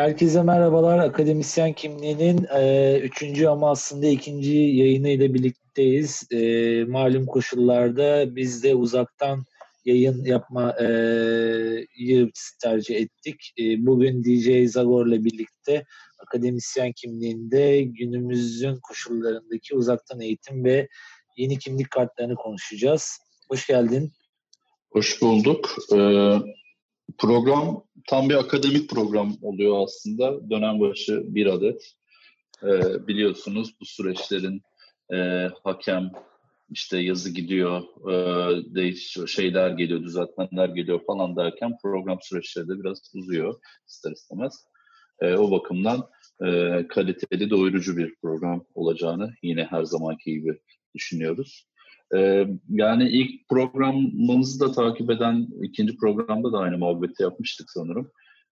Herkese merhabalar. Akademisyen Kimliği'nin üçüncü ama aslında ikinci yayını ile birlikteyiz. Malum koşullarda biz de uzaktan yayın yapmayı tercih ettik. Bugün DJ Zagor'la birlikte Akademisyen Kimliği'nde günümüzün koşullarındaki uzaktan eğitim ve yeni kimlik kartlarını konuşacağız. Hoş geldin. Hoş bulduk. Program tam bir akademik program oluyor aslında. Dönem başı bir adet. Biliyorsunuz bu süreçlerin hakem, işte yazı gidiyor, değişiyor, şeyler geliyor, düzeltmeler geliyor falan derken program süreçleri de biraz uzuyor ister istemez. O bakımdan kaliteli, doyurucu bir program olacağını yine her zamanki gibi düşünüyoruz. Yani ilk programımızı da takip eden ikinci programda da aynı muhabbeti yapmıştık sanırım.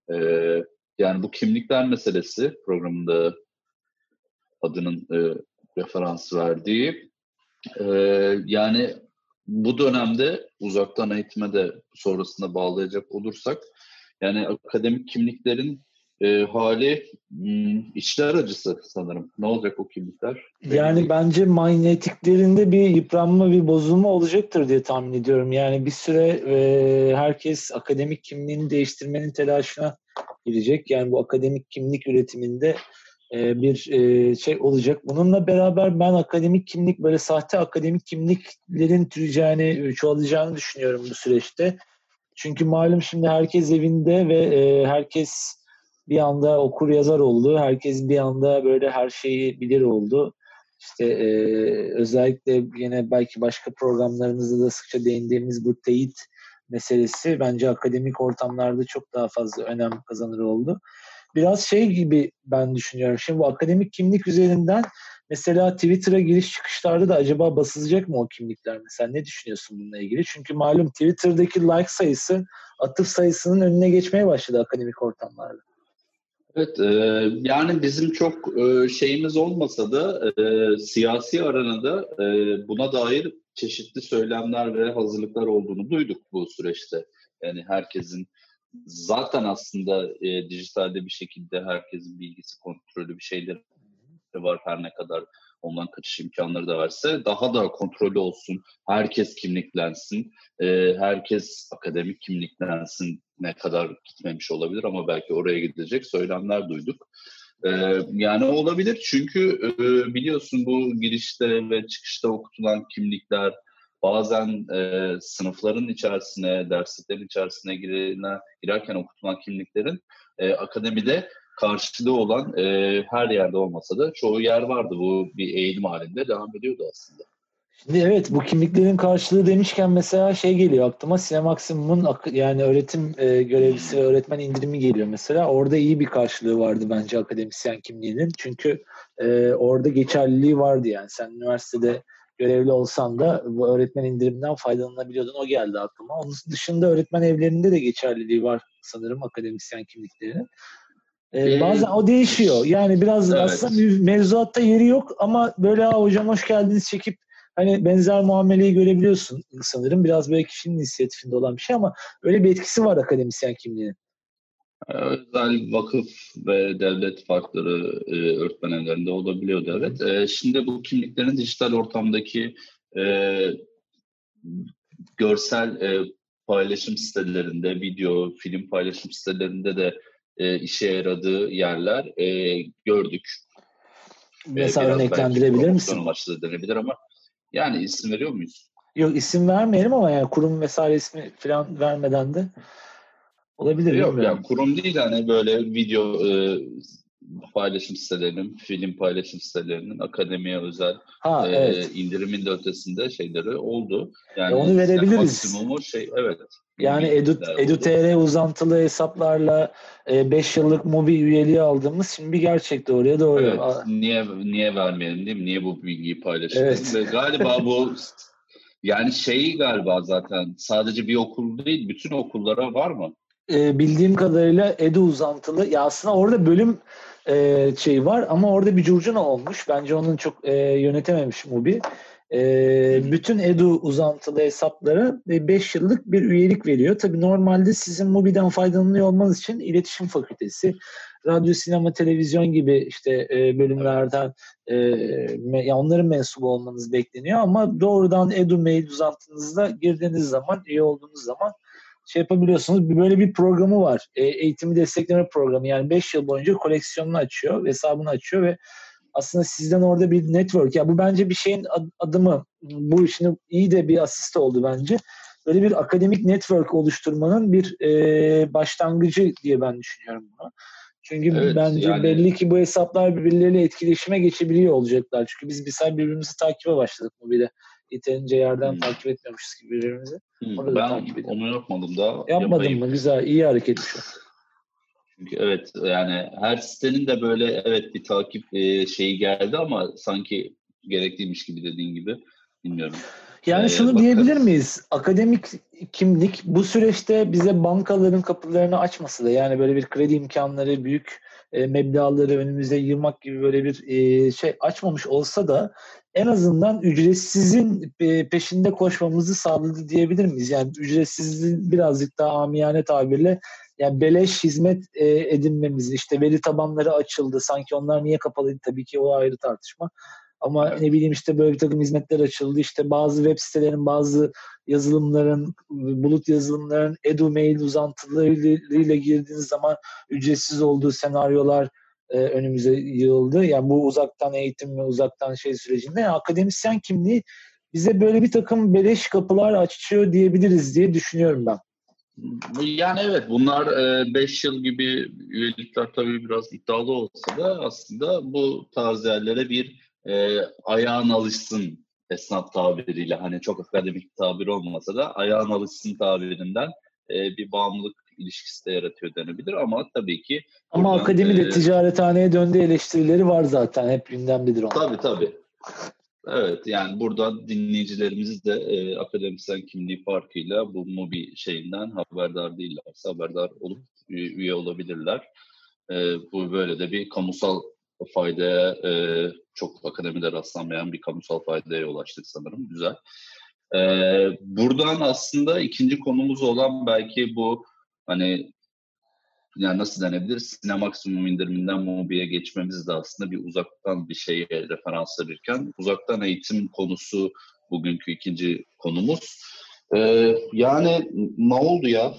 Yani bu kimlikler meselesi programında adının referans verdiği. Yani bu dönemde uzaktan eğitime de sonrasında bağlayacak olursak yani akademik kimliklerin hali içler acısı sanırım. Ne olacak o kimlikler? Yani bence manyetiklerinde bir yıpranma, bir bozulma olacaktır diye tahmin ediyorum. Yani bir süre herkes akademik kimliğini değiştirmenin telaşına girecek. Yani bu akademik kimlik üretiminde bir şey olacak. Bununla beraber ben akademik kimlik, böyle sahte akademik kimliklerin türeyeceğini, çoğalacağını düşünüyorum bu süreçte. Çünkü malum şimdi herkes evinde ve herkes bir anda okur yazar oldu. Herkes bir anda böyle her şeyi bilir oldu. İşte özellikle yine belki başka programlarımızda da sıkça değindiğimiz bu teyit meselesi bence akademik ortamlarda çok daha fazla önem kazanır oldu. Biraz şey gibi ben düşünüyorum. Şimdi bu akademik kimlik üzerinden mesela Twitter'a giriş çıkışlarda da acaba basılacak mı o kimlikler mesela? Ne düşünüyorsun bununla ilgili? Çünkü malum Twitter'daki like sayısı atıf sayısının önüne geçmeye başladı akademik ortamlarda. Evet, yani bizim çok şeyimiz olmasa da siyasi arenada buna dair çeşitli söylemler ve hazırlıklar olduğunu duyduk bu süreçte. Yani herkesin zaten aslında dijitalde bir şekilde herkesin bilgisi kontrolü bir şeyleri var, her ne kadar ondan kaçış imkanları da varsa daha da kontrollü olsun, herkes kimliklensin, herkes akademik kimliklensin, ne kadar gitmemiş olabilir ama belki oraya gidecek söylemler duyduk. Yani olabilir çünkü biliyorsun bu girişte ve çıkışta okutulan kimlikler bazen sınıfların içerisine, dersliklerin içerisine girerken okutulan kimliklerin akademide karşılığı olan her yerde olmasa da çoğu yer vardı. Bu bir eğilim halinde devam ediyordu aslında. Şimdi evet, bu kimliklerin karşılığı demişken mesela şey geliyor aklıma, Sinemaksimum'un yani öğretim görevlisi ve öğretmen indirimi geliyor mesela. Orada iyi bir karşılığı vardı bence akademisyen kimliğinin. Çünkü orada geçerliliği vardı yani. Sen üniversitede görevli olsan da bu öğretmen indiriminden faydalanabiliyordun. O geldi aklıma. Onun dışında öğretmen evlerinde de geçerliliği var sanırım akademisyen kimliklerinin. Bazen o değişiyor. Yani biraz evet. aslında mevzuatta yeri yok ama böyle hocam hoş geldiniz çekip hani benzer muameleyi görebiliyorsun sanırım. Biraz böyle kişinin inisiyatifinde olan bir şey ama öyle bir etkisi var akademisyen kimliğinin. Özel vakıf ve devlet farkları öğretmen evlerinde olabiliyordu, evet. Şimdi bu kimliklerin dijital ortamdaki görsel paylaşım sitelerinde, video, film paylaşım sitelerinde de işe yaradığı yerler gördük. Mesela Biraz belki örneklendirebilir promosyon misin? amaçlı denebilir ama yani isim veriyor muyuz? Yok, isim vermeyelim ama yani kurum vesaire ismi falan vermeden de olabilir, Yok bilmiyorum. ya, kurum değil, hani böyle video paylaşım sitelerinin, film paylaşım sitelerinin akademiye özel Evet. indirimin de ötesinde şeyleri oldu. Onu Yani verebiliriz. maksimumu evet, Yani Mubi'ler oldu. Edu.tr uzantılı hesaplarla 5 yıllık Mubi üyeliği aldığımız şimdi bir gerçek, doğruya doğru. Evet, niye vermeyelim değil mi? Niye bu bilgiyi paylaşmayalım? Evet. Ve galiba bu yani galiba zaten sadece bir okul değil, bütün okullara var mı? Bildiğim kadarıyla Edu uzantılı. Ya aslında orada bölüm şey var ama orada bir curcuna olmuş. Bence onun çok yönetememiş Mubi. Bütün Edu uzantılı hesaplara 5 yıllık bir üyelik veriyor. Tabii normalde sizin Mubi'den faydalanıyor olmanız için iletişim fakültesi, radyo, sinema, televizyon gibi işte bölümlerden onların mensubu olmanız bekleniyor ama doğrudan Edu mail uzantınızda girdiğiniz zaman, üye olduğunuz zaman şey yapabiliyorsunuz. Böyle bir programı var. Eğitimi destekleme programı. Yani 5 yıl boyunca koleksiyonunu açıyor, hesabını açıyor ve aslında sizden orada bir network. Ya bu bence bir şeyin adımı. Bu işin iyi de bir asist oldu bence. Böyle bir akademik network oluşturmanın bir başlangıcı diye ben düşünüyorum bunu. Çünkü Evet, bence yani belli ki bu hesaplar birbirleriyle etkileşime geçebiliyor olacaklar. Çünkü biz birbirimizi takibe başladık bu bile. Yeterince yerden takip etmiyormuşuz gibi birbirimizi. Orada da ben takip ediyorum. onu yapmadım da Yapmadın yapayım. mı? Güzel, iyi hareketmiş o. Çünkü evet, yani her sitenin de böyle evet bir takip şeyi geldi ama sanki gerekliymiş gibi, dediğin gibi. Bilmiyorum. Yani şunu diyebilir Bakarız. miyiz? Akademik kimlik bu süreçte bize bankaların kapılarını açmasa da, yani böyle bir kredi imkanları, büyük meblağları önümüze yığmak gibi böyle bir şey açmamış olsa da en azından ücretsizin peşinde koşmamızı sağladı diyebilir miyiz? Yani ücretsizliğin birazcık daha amiyane tabirle yani beleş hizmet edinmemiz, işte veri tabanları açıldı. Sanki onlar niye kapalıydı? Tabii ki o ayrı tartışma. Ama Evet. ne bileyim işte böyle bir takım hizmetler açıldı. İşte bazı web sitelerin, bazı yazılımların, bulut yazılımların edu-mail uzantılarıyla girdiğiniz zaman ücretsiz olduğu senaryolar önümüze yığıldı. Yani bu uzaktan eğitim ve uzaktan şey sürecinde yani akademisyen kimliği bize böyle bir takım beleş kapılar açıyor diyebiliriz diye düşünüyorum ben. Yani evet, bunlar 5 yıl gibi üyelikler tabii biraz iddialı olsa da aslında bu tarz yerlere bir ayağın alışsın esnaf tabiriyle, hani çok akademik bir tabir olmasa da ayağın alışsın tabirinden bir bağımlılık ilişkisi de yaratıyor denebilir ama tabii ki Ama buradan akademi de ticarethaneye döndü eleştirileri var zaten. Hep gündemdedir onlar. tabii. Evet, yani burada dinleyicilerimiz de akademisyen kimliği farkıyla bu MOBI şeyinden haberdar değillerse haberdar olup üye olabilirler. Bu böyle de bir kamusal faydaya, çok akademide rastlanmayan bir kamusal faydaya yol açtık sanırım. Güzel. Buradan aslında ikinci konumuz olan belki bu, hani yani nasıl denebilir? Sinemaksimum indiriminden Mubi'ye geçmemiz de aslında bir uzaktan bir şeye referans verirken uzaktan eğitim konusu bugünkü ikinci konumuz. Yani ne oldu ya?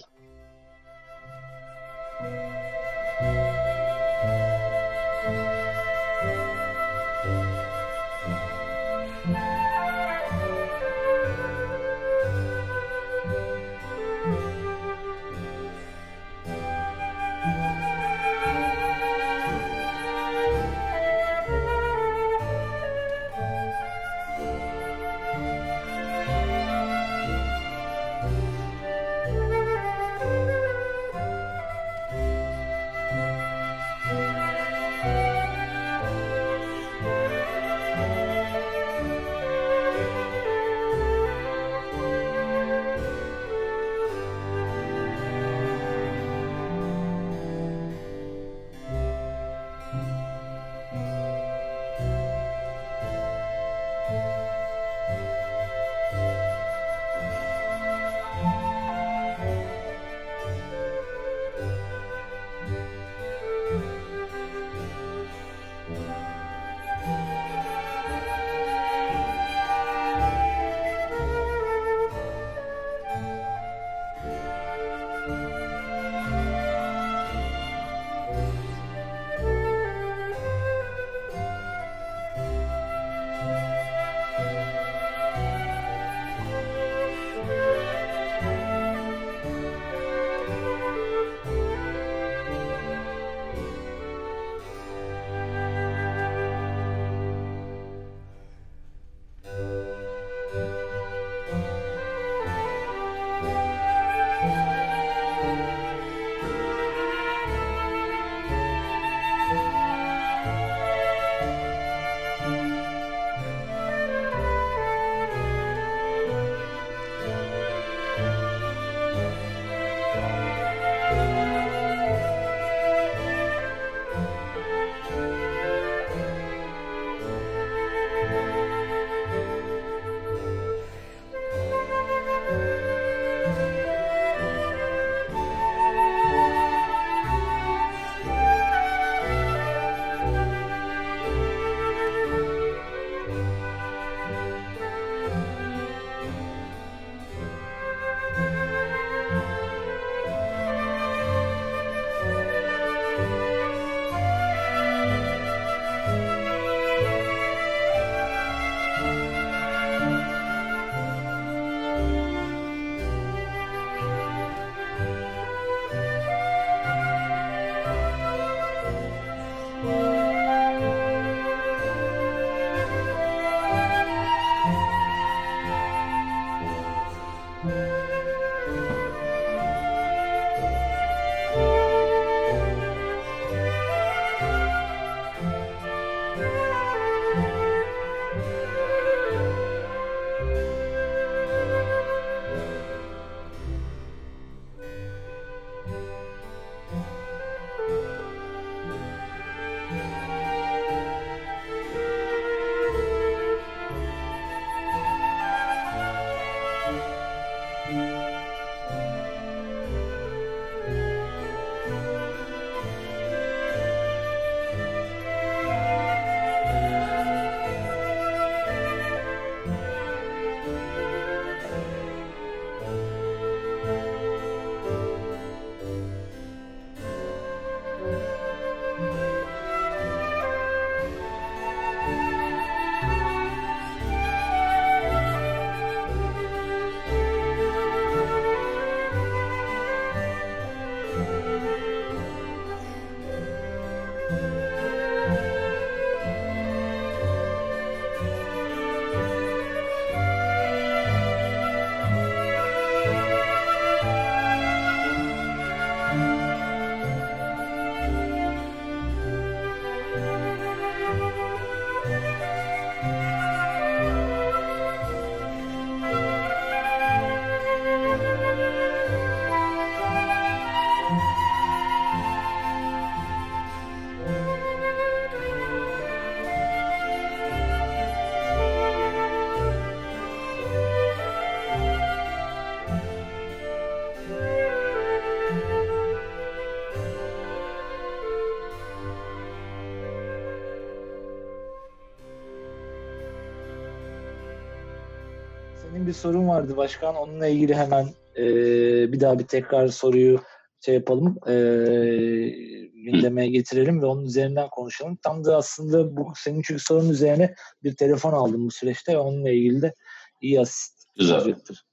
senin bir sorun vardı başkan. Onunla ilgili hemen bir daha bir tekrar soruyu yapalım. Gündeme getirelim ve onun üzerinden konuşalım. Tam da aslında bu senin çünkü sorunun üzerine bir telefon aldım bu süreçte ve onunla ilgili de iyi asist olacaktır.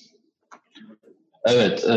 Evet.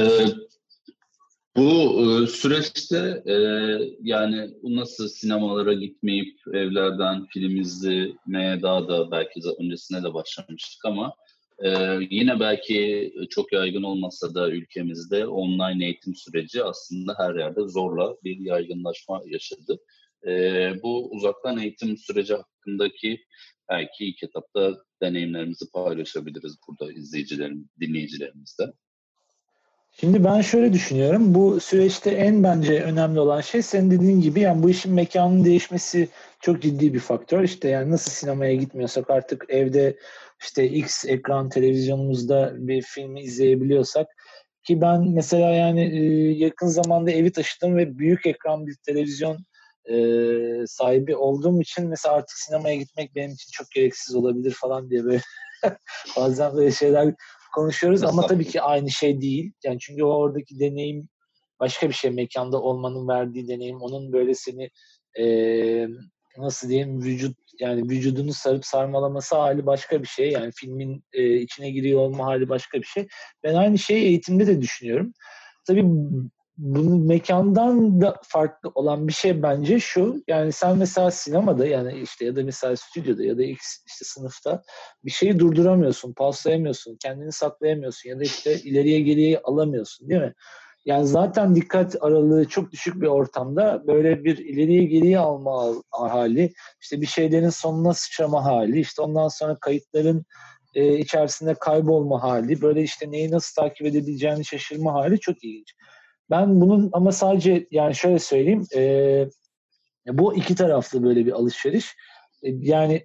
Bu süreçte yani nasıl sinemalara gitmeyip evlerden film izlemeye daha da belki öncesine de başlamıştık ama yine belki çok yaygın olmasa da ülkemizde online eğitim süreci aslında her yerde zorla bir yaygınlaşma yaşadı. Bu uzaktan eğitim süreci hakkındaki belki ilk etapta deneyimlerimizi paylaşabiliriz burada dinleyicilerimizle. Şimdi ben şöyle düşünüyorum. Bu süreçte en bence önemli olan şey senin dediğin gibi yani bu işin mekanının değişmesi çok ciddi bir faktör. İşte yani nasıl sinemaya gitmiyorsak artık evde işte X ekran televizyonumuzda bir filmi izleyebiliyorsak ki ben mesela yani yakın zamanda evi taşıdım ve büyük ekran bir televizyon sahibi olduğum için mesela artık sinemaya gitmek benim için çok gereksiz olabilir falan diye böyle bazen böyle şeyler konuşuyoruz ama tabii ki aynı şey değil. Yani çünkü oradaki deneyim başka bir şey. Mekanda olmanın verdiği deneyim, onun böyle seni nasıl diyeyim yani vücudunu sarıp sarmalaması hali başka bir şey. Yani filmin içine giriyor olma hali başka bir şey. Ben aynı şeyi eğitimde de düşünüyorum. Tabii bunun mekandan da farklı olan bir şey bence şu. Yani sen mesela sinemada yani işte ya da mesela stüdyoda ya da işte sınıfta bir şeyi durduramıyorsun, pauslayamıyorsun, kendini saklayamıyorsun ya da işte ileriye geriye alamıyorsun değil mi? Yani zaten dikkat aralığı çok düşük bir ortamda böyle bir ileriye geriye alma hali, işte bir şeylerin sonuna sıçrama hali, işte ondan sonra kayıtların içerisinde kaybolma hali, böyle işte neyi nasıl takip edebileceğini şaşırma hali çok ilginç. Ben bunun ama sadece yani şöyle söyleyeyim, bu iki taraflı böyle bir alışveriş. Yani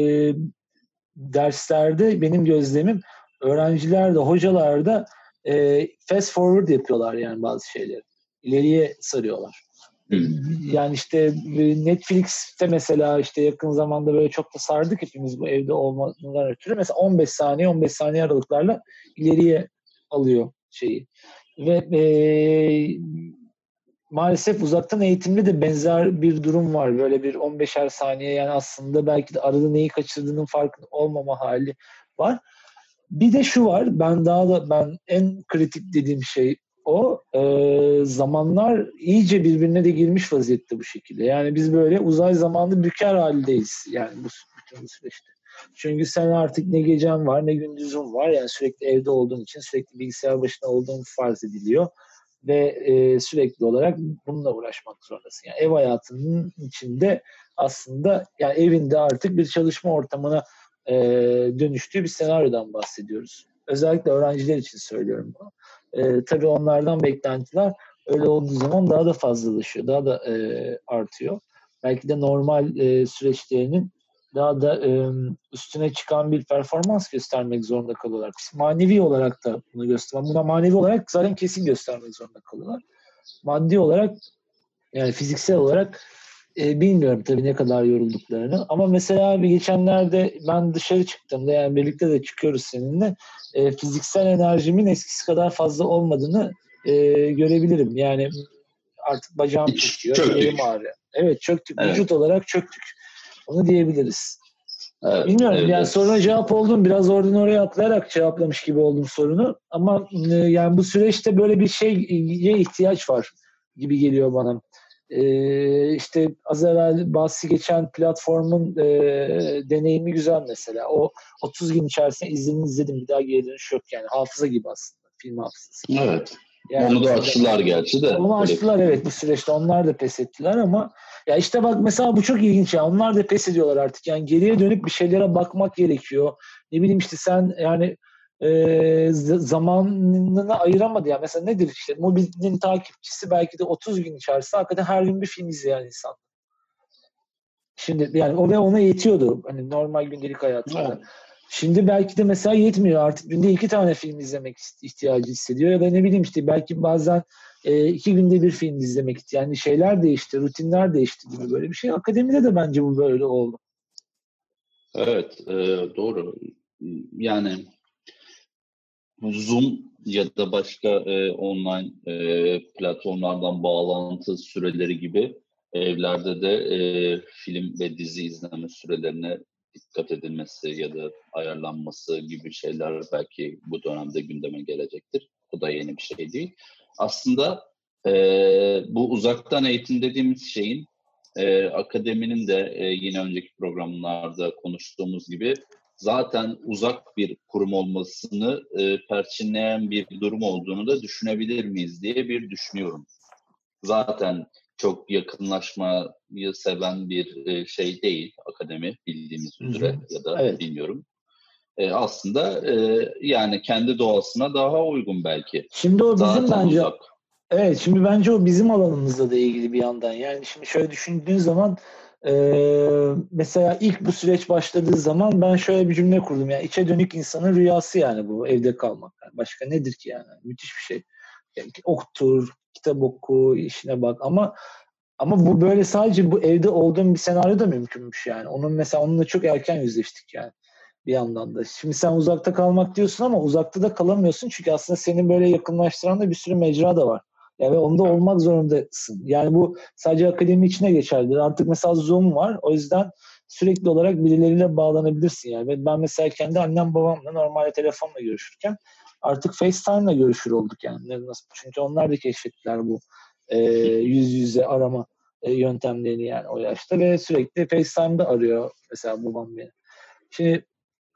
derslerde benim gözlemim öğrenciler de hocalar da fast forward yapıyorlar yani bazı şeyleri. İleriye sarıyorlar. Yani işte Netflix'te mesela işte yakın zamanda böyle çok da sardık hepimiz bu evde olmadan ötürü. Mesela 15 saniye aralıklarla ileriye alıyor şeyi. Ve maalesef uzaktan eğitimde de benzer bir durum var. Böyle bir 15'er saniye yani aslında belki de arada neyi kaçırdığının farkında olmama hali var. Bir de şu var, ben en kritik dediğim şey o. Zamanlar iyice birbirine de girmiş vaziyette bu şekilde. Yani biz böyle uzay zamanı büker haldeyiz yani bütün bu süreçte. Çünkü sen artık ne gecen var ne gündüzün var. Yani sürekli evde olduğun için sürekli bilgisayar başında olduğun farz ediliyor. Ve sürekli olarak bununla uğraşmak zorundasın. Yani ev hayatının içinde aslında yani evinde artık bir çalışma ortamına dönüştüğü bir senaryodan bahsediyoruz. Özellikle öğrenciler için söylüyorum bunu. Tabii onlardan beklentiler öyle olduğu zaman daha da fazlalaşıyor, daha da artıyor. Belki de normal süreçlerinin daha da üstüne çıkan bir performans göstermek zorunda kalıyorlar. Manevi olarak da bunu gösteriyor. Buna manevi olarak zaten kesin göstermek zorunda kalıyorlar. Maddi olarak yani fiziksel olarak bilmiyorum tabii ne kadar yorulduklarını. Ama mesela bir geçenlerde ben dışarı çıktığımda yani birlikte de çıkıyoruz seninle fiziksel enerjimin eskisi kadar fazla olmadığını görebilirim. Yani artık bacağım çöküyor, ellerim ağrıyor. Evet çöktük. Evet. Vücut olarak çöktük. Onu diyebiliriz. Evet, bilmiyorum evet, yani evet. Soruna cevap oldum. Biraz oradan oraya atlayarak cevaplamış gibi oldum sorunu. Ama yani bu süreçte böyle bir şeye ihtiyaç var gibi geliyor bana. İşte az evvel bahsi geçen platformun deneyimi güzel mesela. O 30 gün içerisinde izledim. Bir daha geri dönüş yok yani. Hafıza gibi aslında. Film hafızası. Evet. Yani onu da açtılar gerçi de. Onu açtılar evet bu süreçte. Onlar da pes ettiler ama ya işte bak mesela bu çok ilginç ya. Onlar da pes ediyorlar artık. Yani geriye dönüp bir şeylere bakmak gerekiyor. Ne bileyim işte sen yani zamanını ayıramadı ya. Mesela nedir işte mobilinin takipçisi belki de 30 gün içerisinde hakikaten her gün bir film izleyen insan. Şimdi yani o ve ona yetiyordu hani normal gündelik hayatında. Evet. Şimdi belki de mesela yetmiyor artık günde 2 tane film izlemek ihtiyacı hissediyor ya da ne bileyim işte belki bazen 2 günde bir film izlemek istiyor. Yani şeyler değişti, rutinler değişti gibi böyle bir şey. Akademide de bence bu böyle oldu. Evet, doğru. Yani Zoom ya da başka online platformlardan bağlantı süreleri gibi evlerde de film ve dizi izleme sürelerine dikkat edilmesi ya da ayarlanması gibi şeyler belki bu dönemde gündeme gelecektir. Bu da yeni bir şey değil. Aslında bu uzaktan eğitim dediğimiz şeyin akademinin de yine önceki programlarda konuştuğumuz gibi zaten uzak bir kurum olmasını perçinleyen bir durum olduğunu da düşünebilir miyiz diye bir düşünüyorum. Zaten çok yakınlaşmayı seven bir şey değil akademi bildiğimiz üzere ya da evet. bilmiyorum. Aslında yani kendi doğasına daha uygun belki. Şimdi o bizim Zaten bence uzak. evet, şimdi bence o bizim alanımızla da ilgili bir yandan. Yani şimdi şöyle düşündüğün zaman mesela ilk bu süreç başladığı zaman ben şöyle bir cümle kurdum. Yani içe dönük insanın rüyası yani bu evde kalmak. Yani başka nedir ki yani? Müthiş bir şey. Yani otur, kitap oku, işine bak ama bu böyle sadece bu evde olduğum bir senaryoda mümkünmüş yani. Onunla çok erken yüzleştik yani bir yandan da. Şimdi sen uzakta kalmak diyorsun ama uzakta da kalamıyorsun çünkü aslında seni böyle yakınlaştıran da bir sürü mecra da var. Ya ve onda olmak zorundasın. Yani bu sadece akademi içine geçerlidir. Artık mesela Zoom var. O yüzden sürekli olarak birileriyle bağlanabilirsin yani. Ben mesela kendi annem babamla normalde telefonla görüşürken artık FaceTime'la görüşür olduk yani. Nasıl? Çünkü onlar da keşfettiler bu yüz yüze arama yöntemlerini yani o yaşta ve sürekli FaceTime'da arıyor mesela babam beni. Şimdi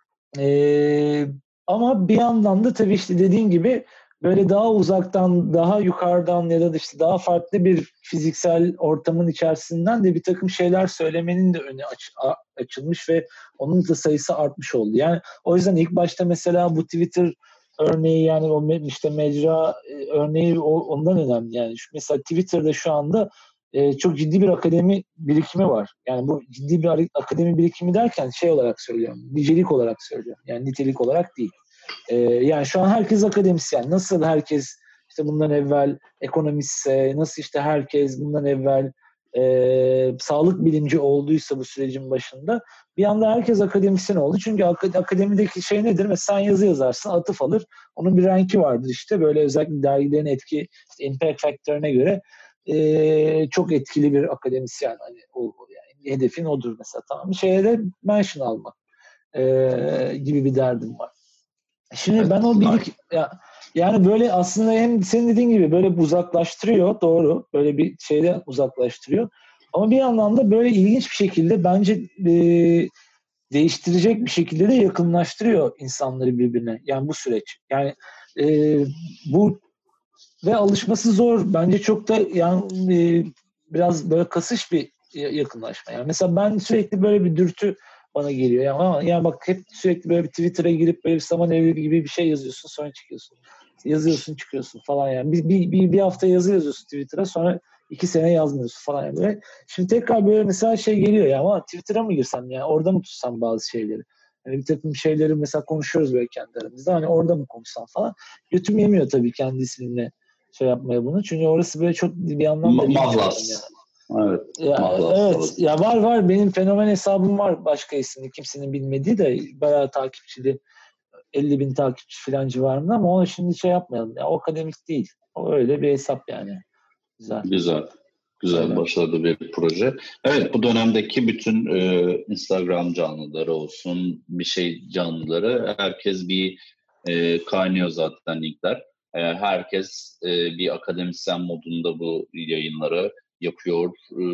ama bir yandan da tabii işte dediğin gibi böyle daha uzaktan, daha yukarıdan ya da işte daha farklı bir fiziksel ortamın içerisinden de bir takım şeyler söylemenin de önü açılmış ve onun da sayısı artmış oldu. Yani o yüzden ilk başta mesela bu Twitter örneği yani o işte mecra örneği ondan önemli. Yani mesela Twitter'da şu anda çok ciddi bir akademi birikimi var. Yani bu ciddi bir akademi birikimi derken şey olarak söylüyorum, nicelik olarak söylüyorum. Yani nitelik olarak değil. Yani şu an herkes akademisyen. Nasıl herkes işte bundan evvel ekonomistse, nasıl işte herkes bundan evvel sağlık bilimci olduysa bu sürecin başında bir anda herkes akademisyen oldu. Çünkü akademideki şey nedir? Mesela sen yazı yazarsın, atıf alır. Onun bir renki vardır işte. Böyle özellikle dergilerin etki, işte impact faktörüne göre çok etkili bir akademisyen. Hani yani hedefin odur mesela. Tamam. Şeye de mention almak gibi bir derdim var. Şimdi ben o yani böyle aslında hem senin dediğin gibi böyle uzaklaştırıyor, doğru. Böyle bir şeyden uzaklaştırıyor. Ama bir yandan da böyle ilginç bir şekilde bence değiştirecek bir şekilde de yakınlaştırıyor insanları birbirine. Yani bu süreç. Yani bu ve alışması zor. Bence çok da yani biraz böyle kasış bir yakınlaşma. Yani mesela ben sürekli böyle bir dürtü bana geliyor. Yani bak hep sürekli böyle bir Twitter'a girip böyle bir saman evi gibi bir şey yazıyorsun sonra çıkıyorsun. Yazıyorsun çıkıyorsun falan yani. Bir hafta yazı yazıyorsun Twitter'a sonra 2 sene yazmıyorsun falan yani böyle. Şimdi tekrar böyle mesela şey geliyor ya ama Twitter'a mı girsem yani orada mı tutsam bazı şeyleri. Yani bir takım şeyleri mesela konuşuyoruz böyle kendi aramızda. Hani orada mı konuşsam falan. Götüm yemiyor tabii kendi ismimle şey yapmaya bunu. Çünkü orası böyle çok bir anlamda linç alanı yani. Mahlas. Evet. Ya, Mahlas evet. orası. Ya var. Benim fenomen hesabım var başka isimli. Kimsenin bilmediği de bayağı takipçili. 50 bin takipçi falan civarında ama onu şimdi şey yapmayalım. Ya, o akademik değil. O öyle bir hesap yani. Güzel. Güzel. Güzel, Öyle. başarılı bir proje. Evet, bu dönemdeki bütün Instagram canlıları olsun, bir şey canlıları, herkes bir kaynıyor zaten linkler. Herkes bir akademisyen modunda bu yayınları yapıyor,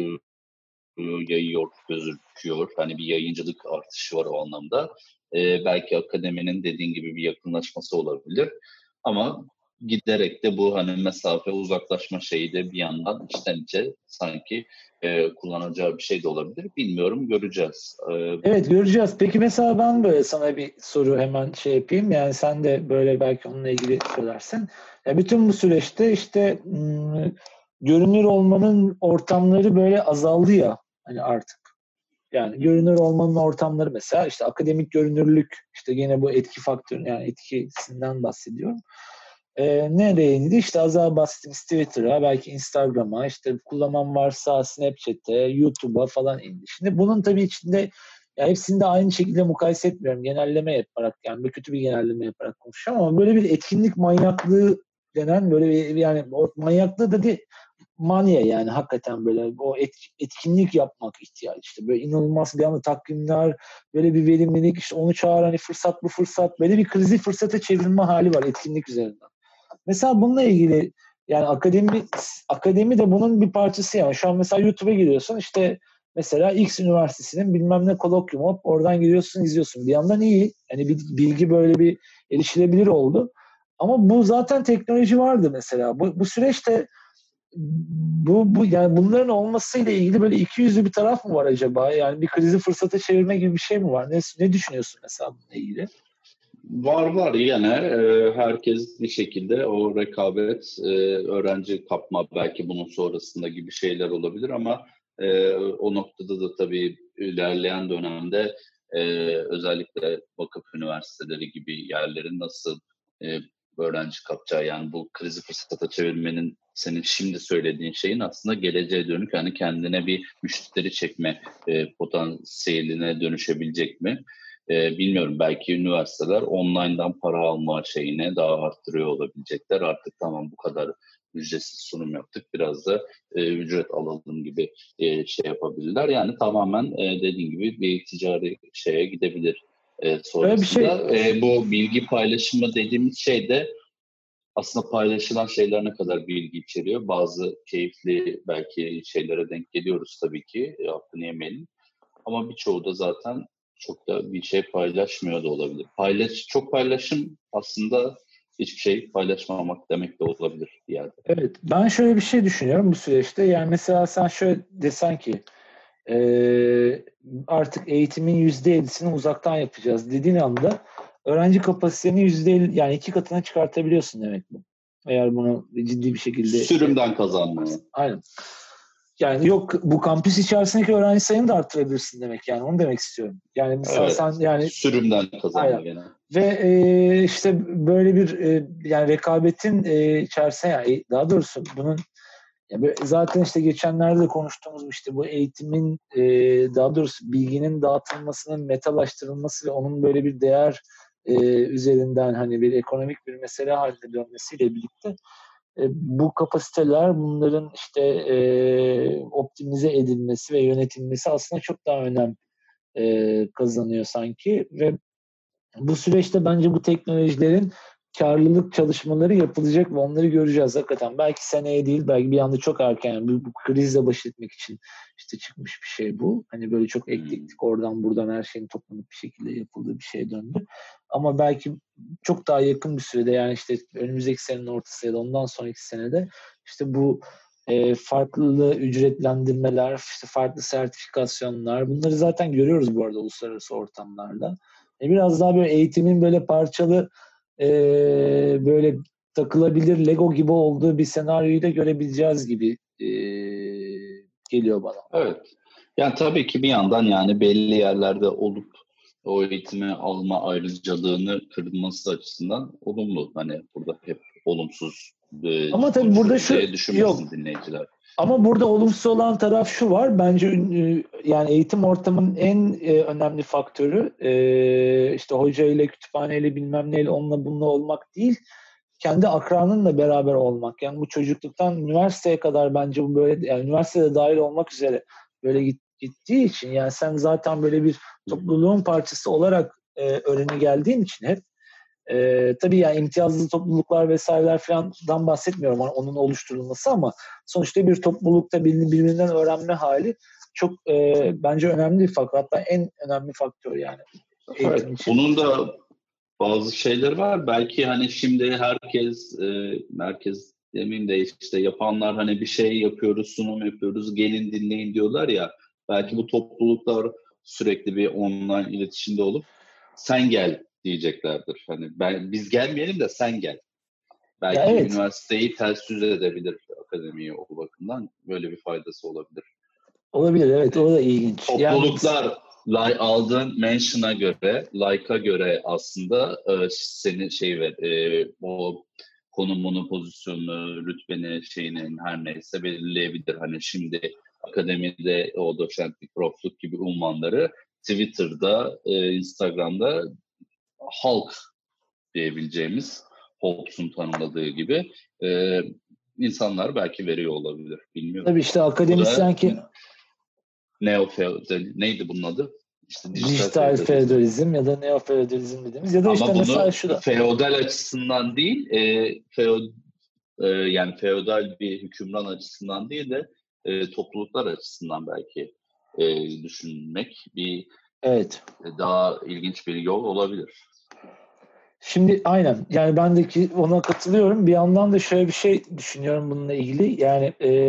yayıyor, gözüküyor. Hani bir yayıncılık artışı var o anlamda. Belki akademinin dediğin gibi bir yakınlaşması olabilir. Ama giderek de bu hani mesafe uzaklaşma şeyi de bir yandan içten içe sanki kullanacağı bir şey de olabilir. Bilmiyorum, göreceğiz. Evet göreceğiz. Peki mesela ben böyle sana bir soru hemen şey yapayım. Yani sen de böyle belki onunla ilgili söylersin. Ya bütün bu süreçte işte görünür olmanın ortamları böyle azaldı ya hani artık. Yani görünür olmanın ortamları mesela işte akademik görünürlük işte yine bu etki faktörü yani etkisinden bahsediyorum. Nereye indi? İşte az daha bahsettiğimiz Twitter'a, belki Instagram'a, işte kullanan varsa Snapchat'e, YouTube'a falan indi. Şimdi bunun tabii içinde Ya hepsini de aynı şekilde mukayese etmiyorum. Genelleme yaparak, yani böyle kötü bir genelleme yaparak konuşacağım ama böyle bir etkinlik manyaklığı denen böyle bir, yani o manyaklığı da değil, manya yani hakikaten böyle o etkinlik yapmak ihtiyacı, işte böyle inanılmaz bir anda takvimler, böyle bir verimlilik, işte onu çağır, hani fırsat bu fırsat, böyle bir krizi fırsata çevirme hali var etkinlik üzerinden. Mesela bununla ilgili yani akademi de bunun bir parçası yani. Şu an mesela YouTube'a giriyorsun, işte mesela X üniversitesinin bilmem ne kolokyumu, oradan giriyorsun, izliyorsun. Bir yandan iyi. Yani bilgi böyle bir erişilebilir oldu. Ama bu zaten teknoloji vardı mesela. Bu süreçte bu yani bunların olmasıyla ilgili böyle iki yüzlü bir taraf mı var acaba? Yani bir krizi fırsata çevirme gibi bir şey mi var? Ne düşünüyorsun mesela bununla ilgili? Var yine herkes bir şekilde o rekabet, öğrenci kapma belki bunun sonrasında gibi şeyler olabilir ama o noktada da tabii ilerleyen dönemde e, özellikle vakıf üniversiteleri gibi yerlerin nasıl e, öğrenci kapacağı, yani bu krizi fırsata çevirmenin senin şimdi söylediğin şeyin aslında geleceğe dönük, yani kendine bir müşteri çekme potansiyeline dönüşebilecek mi? Bilmiyorum, belki üniversiteler online'dan para alma şeyine daha arttırıyor olabilecekler. Artık tamam, bu kadar ücretsiz sunum yaptık, biraz da ücret alalım gibi şey yapabilirler. Yani tamamen dediğin gibi bir ticari şeye gidebilir Öyle bir şey. sonrasında. Bu bilgi paylaşımı dediğimiz şey de aslında paylaşılan şeyler ne kadar bilgi içeriyor. Bazı keyifli belki şeylere denk geliyoruz tabii ki. Hakkını yemeyelim. Ama birçoğu da zaten çok da bir şey paylaşmıyor da olabilir. Çok paylaşım aslında hiçbir şey paylaşmamak demek de olabilir bir yerde. Evet, ben şöyle bir şey düşünüyorum bu süreçte. Yani mesela sen şöyle desen ki artık eğitimin %50'sini uzaktan yapacağız dediğin anda öğrenci kapasiteni %50, yani iki katına çıkartabiliyorsun demek bu. Eğer bunu ciddi bir şekilde Sürümden kazanmaya. aynen. Yani yok, bu kampüs içerisindeki öğrenci sayını da arttırabilirsin demek, yani onu demek istiyorum. Yani mesela sen Evet, yani sürümden kazanma aynen. gene. Ve işte böyle bir yani rekabetin içerisine, yani daha doğrusu bunun ya zaten işte geçenlerde de konuştuğumuz işte bu eğitimin daha doğrusu bilginin dağıtılmasının metalaştırılması ve onun böyle bir değer üzerinden hani bir ekonomik bir mesele haline dönmesiyle birlikte bu kapasiteler, bunların işte optimize edilmesi ve yönetilmesi aslında çok daha önem kazanıyor sanki ve bu süreçte bence bu teknolojilerin karlılık çalışmaları yapılacak ve onları göreceğiz hakikaten. Belki seneye değil, belki bir anda çok erken. Yani bu krizle baş etmek için işte çıkmış bir şey bu. Hani böyle çok ektiktik, oradan buradan her şeyin toplanıp bir şekilde yapıldığı bir şeye döndü. Ama belki çok daha yakın bir sürede, yani işte önümüzdeki senenin ortası ya da ondan sonraki senede işte bu farklı ücretlendirmeler, işte farklı sertifikasyonlar, bunları zaten görüyoruz bu arada uluslararası ortamlarda. Biraz daha böyle eğitimin böyle parçalı e, böyle takılabilir Lego gibi olduğu bir senaryoyu da görebileceğiz gibi geliyor bana. Evet. Yani tabii ki bir yandan yani belli yerlerde olup o eğitimi alma ayrıcalığını kırılması açısından olumlu. Hani burada hep olumsuz Ama tabii burada konuşuyoruz şu diye yok. düşünmesin dinleyiciler. Ama burada olumsuz olan taraf şu var. Bence yani eğitim ortamının en önemli faktörü işte hoca ile, kütüphaneyle, bilmem neyle, onunla bununla olmak değil, kendi akranınla beraber olmak. Yani bu çocukluktan üniversiteye kadar bence bu böyle, yani üniversitede dahil olmak üzere böyle gittiği için, yani sen zaten böyle bir topluluğun parçası olarak öğreni geldiğin için hep tabii yani imtiyazlı topluluklar vesaireler falandan bahsetmiyorum, onun oluşturulması, ama sonuçta bir toplulukta birbirinden öğrenme hali çok bence önemli bir faktör. Hatta en önemli faktör yani Evet, eğitim için. bunun da bazı şeyler var. Belki hani şimdi herkes demeyeyim de işte yapanlar hani bir şey yapıyoruz, sunum yapıyoruz, gelin dinleyin diyorlar ya. Belki bu topluluklar sürekli bir online iletişimde olup sen gel diyeceklerdir. Hani biz gelmeyelim de sen gel. Ya Belki evet, üniversiteyi ters yüz edebilir akademiye o bakımdan. Böyle bir faydası olabilir. olabilir, evet, Hani o da ilginç. Yani topluluklar aldığın mention'a göre, like'a göre aslında senin şey ver, o konumunu, pozisyonunu, rütbeni, şeyinin her neyse belirleyebilir. Hani şimdi akademide o doçentlik, profluk gibi unvanları Twitter'da, Instagram'da halk diyebileceğimiz, Hobbes'un tanımladığı gibi insanlar belki veriyor olabilir. Bilmiyorum. Tabii işte akademisyen ki neo-feodal, neydi bunun adı? İşte dijital feodalizm ya da neofeodalizm dediğimiz ya da ama işte bunu mesela şu da feodal açısından değil, yani feodal bir hükümran açısından değil de topluluklar açısından belki düşünmek bir evet. daha ilginç bir yol olabilir. Şimdi aynen yani ben de ona katılıyorum. Bir yandan da şöyle bir şey düşünüyorum bununla ilgili. Yani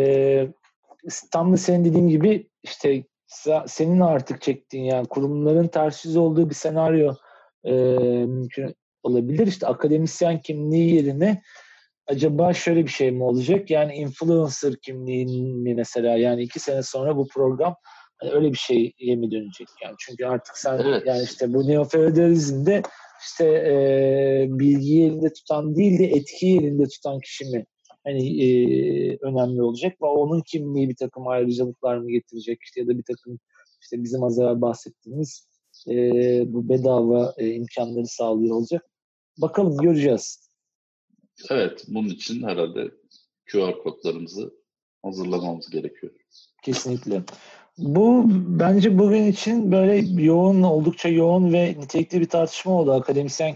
tam da senin dediğin gibi işte senin artık çektiğin yani kurumların ters yüz olduğu bir senaryo mümkün olabilir. İşte akademisyen kimliği yerine acaba şöyle bir şey mi olacak? Yani influencer kimliği mi mesela? Yani 2 sene sonra bu program hani öyle bir şeye mi dönecek? Yani çünkü artık sen yani işte bu neofeodalizmde işte bilgiyi elinde tutan değil de etkiyi elinde tutan kişi mi hani önemli olacak ve onun kimliği bir takım ayrıcalıklar mı getirecek işte ya da bir takım işte bizim az evvel bahsettiğimiz bu bedava imkanları sağlıyor olacak. Bakalım göreceğiz. Evet, bunun için herhalde QR kodlarımızı hazırlamamız gerekiyor. Kesinlikle. Bu bence bugün için böyle yoğun, oldukça yoğun ve nitelikli bir tartışma oldu. Akademisyen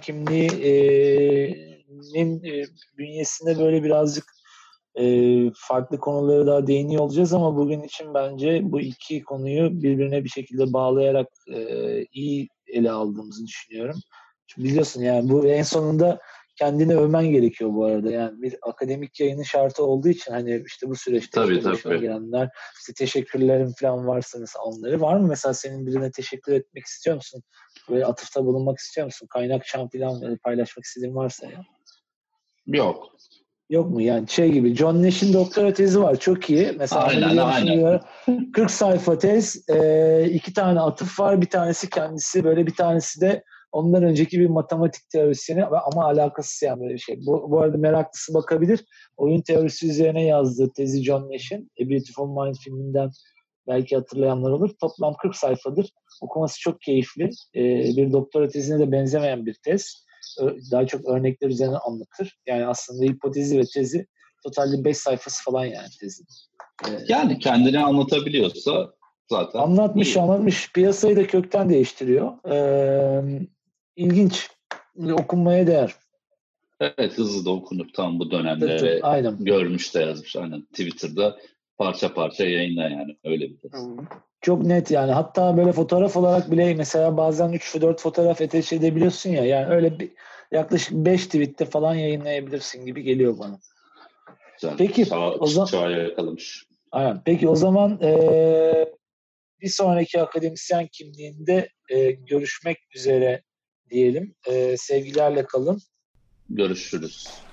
kimliğinin bünyesinde böyle birazcık farklı konulara daha değiniyor olacağız ama bugün için bence bu iki konuyu birbirine bir şekilde bağlayarak iyi ele aldığımızı düşünüyorum. Çünkü biliyorsun yani bu en sonunda kendini övmen gerekiyor bu arada. Yani bir akademik yayının şartı olduğu için hani işte bu süreçte işte başına gelenler, işte teşekkürlerim falan varsa mesela onları var mı? Mesela senin birine teşekkür etmek istiyor musun? Böyle atıfta bulunmak istiyor musun? Kaynak şan falan paylaşmak istediğin varsa ya. Yok. Yok mu? Yani şey gibi John Nash'in doktora tezi var. Çok iyi. Mesela aynen. 40 sayfa tez. 2 tane atıf var. Bir tanesi kendisi böyle bir tanesi de ondan önceki bir matematik teorisyeni ama alakasız yani böyle bir şey. Bu arada meraklısı bakabilir. Oyun teorisi üzerine yazdığı tezi John Nash'in A Beautiful Mind filminden belki hatırlayanlar olur. Toplam 40 sayfadır. Okuması çok keyifli. Bir doktora tezine de benzemeyen bir tez. Daha çok örnekler üzerine anlatır. Yani aslında hipotezi ve tezi totalde 5 sayfası falan yani tezin. Yani kendini anlatabiliyorsa zaten anlatmış. Piyasayı da kökten değiştiriyor. İlginç. Okunmaya değer. Evet, hızlı da okunup tam bu dönemde aynen. görmüş de yazmış. Aynen Twitter'da parça parça yayınla yani öyle bir test. Çok net yani. Hatta böyle fotoğraf olarak bile mesela bazen 3-4 fotoğraf ateş edebiliyorsun ya. Yani öyle bir yaklaşık 5 tweette falan yayınlayabilirsin gibi geliyor bana. Güzel. Peki Çağı yakalamış. Aynen. Peki o zaman bir sonraki akademisyen kimliğinde görüşmek üzere diyelim. Sevgilerle kalın. Görüşürüz.